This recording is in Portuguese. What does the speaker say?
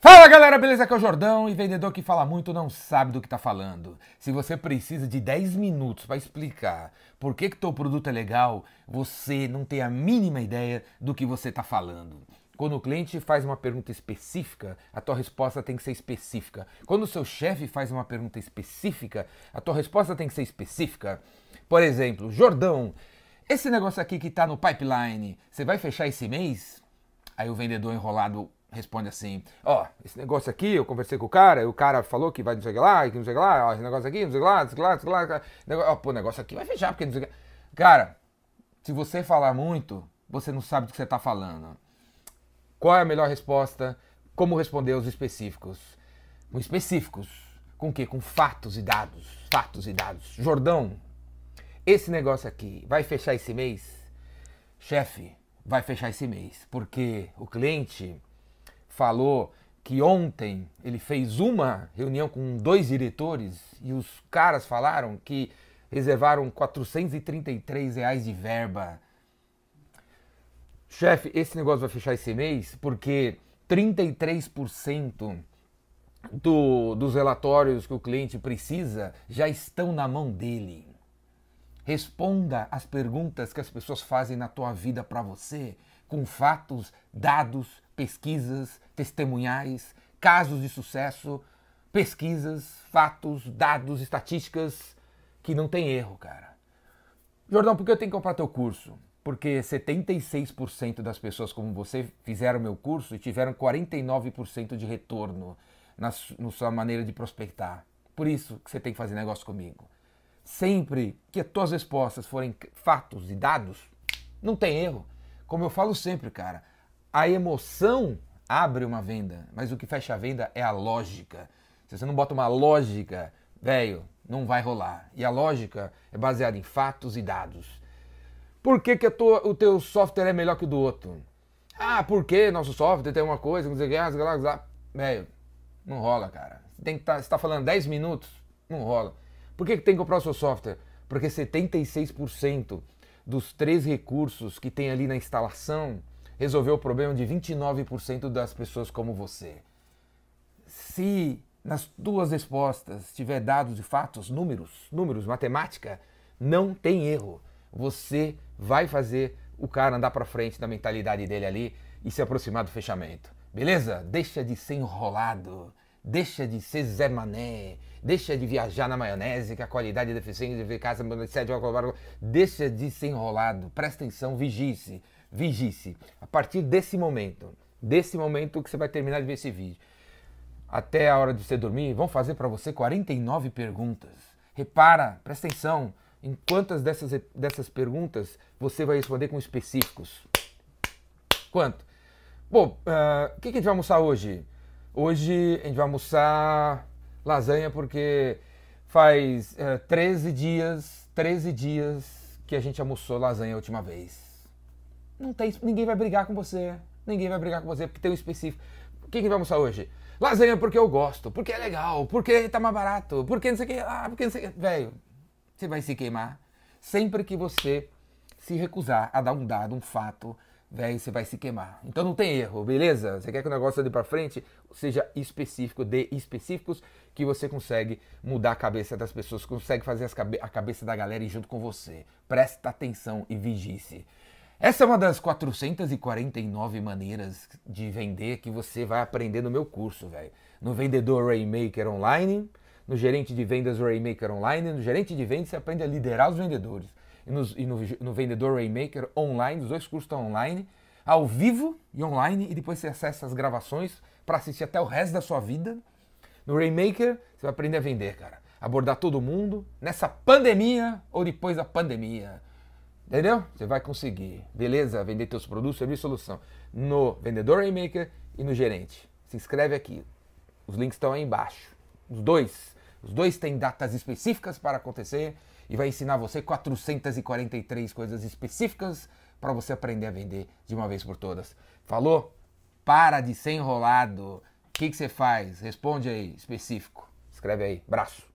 Fala galera, beleza? Aqui é o Jordão e vendedor que fala muito não sabe do que tá falando. Se você precisa de 10 minutos para explicar por que teu produto é legal, você não tem a mínima ideia do que você tá falando. Quando o cliente faz uma pergunta específica, a tua resposta tem que ser específica. Quando o seu chefe faz uma pergunta específica, a tua resposta tem que ser específica. Por exemplo, Jordão, esse negócio aqui que tá no pipeline, você vai fechar esse mês? Aí o vendedor enrolado responde assim, esse negócio aqui, eu conversei com o cara, e o cara falou que vai não sei o que lá, que não sei o que lá, esse negócio aqui, não sei o que lá, não sei o que lá, não sei o que lá, o negócio aqui vai fechar, porque não sei o que. Cara, se você falar muito, você não sabe do que você tá falando. Qual é a melhor resposta? Como responder os específicos? Com específicos. Com o quê? Com fatos e dados. Fatos e dados. Jordão, esse negócio aqui vai fechar esse mês? Chefe, vai fechar esse mês. Porque o cliente falou que ontem ele fez uma reunião com 2 diretores e os caras falaram que reservaram R$ 433 de verba. Chefe, esse negócio vai fechar esse mês porque 33% dos relatórios que o cliente precisa já estão na mão dele. Responda as perguntas que as pessoas fazem na tua vida para você, com fatos, dados, pesquisas, testemunhais, casos de sucesso, pesquisas, fatos, dados, estatísticas, que não tem erro, cara. Jordão, por que eu tenho que comprar teu curso? Porque 76% das pessoas como você fizeram meu curso e tiveram 49% de retorno na sua maneira de prospectar. Por isso que você tem que fazer negócio comigo. Sempre que as tuas respostas forem fatos e dados, não tem erro. Como eu falo sempre, cara, a emoção abre uma venda, mas o que fecha a venda é a lógica. Se você não bota uma lógica, velho, não vai rolar. E a lógica é baseada em fatos e dados. Por que o teu software é melhor que o do outro? Ah, porque nosso software tem uma coisa, não sei o que, velho, não rola, cara. Você tá falando 10 minutos, não rola. Por que tem que comprar o seu software? Porque 76% dos 3 recursos que tem ali na instalação resolveu o problema de 29% das pessoas como você. Se nas 2 respostas tiver dados e fatos, números, matemática, não tem erro. Você vai fazer o cara andar para frente na mentalidade dele ali e se aproximar do fechamento. Beleza? Deixa de ser enrolado. Deixa de ser Zé Mané, deixa de viajar na maionese, que a qualidade é deficiente, de casa, deixa de ser enrolado, presta atenção, vigie-se, vigie-se. A partir desse momento que você vai terminar de ver esse vídeo, até a hora de você dormir, vão fazer para você 49 perguntas. Repara, presta atenção, em quantas dessas perguntas você vai responder com específicos. Quanto? Bom, o que a gente vai almoçar hoje? Hoje a gente vai almoçar lasanha porque faz 13 dias que a gente almoçou lasanha a última vez. Ninguém vai brigar com você. Ninguém vai brigar com você porque tem um específico. O que a gente vai almoçar hoje? Lasanha porque eu gosto, porque é legal, porque tá mais barato, porque não sei o que, porque não sei o que. Velho, você vai se queimar. Sempre que você se recusar a dar um dado, um fato, velho, você vai se queimar. Então não tem erro, beleza? Você quer que o negócio ande pra frente? Seja específico, dê específicos que você consegue mudar a cabeça das pessoas, consegue fazer a cabeça da galera ir junto com você. Presta atenção e vigie-se. Essa é uma das 449 maneiras de vender que você vai aprender no meu curso, velho. No Vendedor Rainmaker Online, no Gerente de Vendas Rainmaker Online, no Gerente de Vendas você aprende a liderar os vendedores. E no Vendedor Rainmaker Online, os 2 cursos estão online, ao vivo e online, e depois você acessa as gravações para assistir até o resto da sua vida. No Rainmaker, você vai aprender a vender, cara. Abordar todo mundo nessa pandemia ou depois da pandemia. Entendeu? Você vai conseguir, beleza? Vender teus produtos, serviço e solução. No Vendedor Rainmaker e no Gerente. Se inscreve aqui. Os links estão aí embaixo. Os dois têm datas específicas para acontecer e vai ensinar você 443 coisas específicas para você aprender a vender de uma vez por todas. Falou? Para de ser enrolado. O que você faz? Responde aí, específico. Escreve aí. Braço.